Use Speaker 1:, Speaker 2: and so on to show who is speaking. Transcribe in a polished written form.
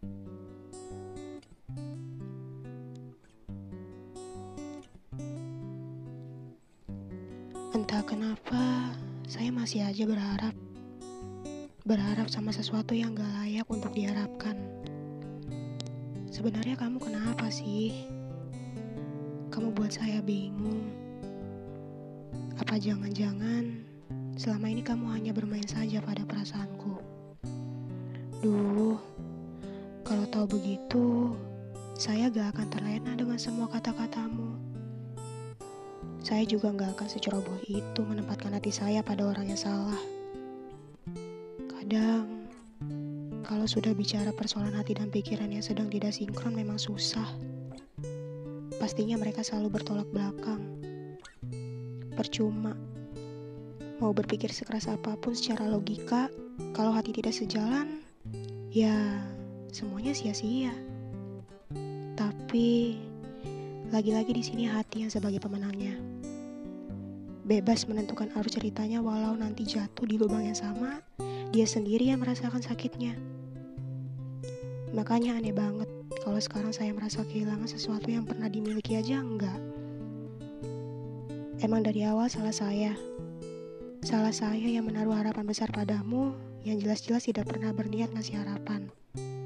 Speaker 1: Entah kenapa, saya masih aja berharap. Berharap sama sesuatu yang gak layak untuk diharapkan. Sebenarnya kamu kenapa sih? Kamu buat saya bingung. Apa jangan-jangan selama ini kamu hanya bermain saja pada perasaanku? Duh, kalau tahu begitu, saya gak akan terlena dengan semua kata-katamu. Saya juga gak akan seceroboh itu menempatkan hati saya pada orang yang salah. Kadang, kalau sudah bicara persoalan hati dan pikiran yang sedang tidak sinkron memang susah. Pastinya mereka selalu bertolak belakang. Percuma. Mau berpikir sekeras apapun secara logika, kalau hati tidak sejalan, ya semuanya sia-sia. Tapi, lagi-lagi di sini hati yang sebagai pemenangnya. Bebas menentukan arus ceritanya walau nanti jatuh di lubang yang sama, dia sendiri yang merasakan sakitnya. Makanya aneh banget kalau sekarang saya merasa kehilangan sesuatu yang pernah dimiliki aja enggak. Emang dari awal salah saya. Salah saya yang menaruh harapan besar padamu yang jelas-jelas tidak pernah berniat ngasih harapan.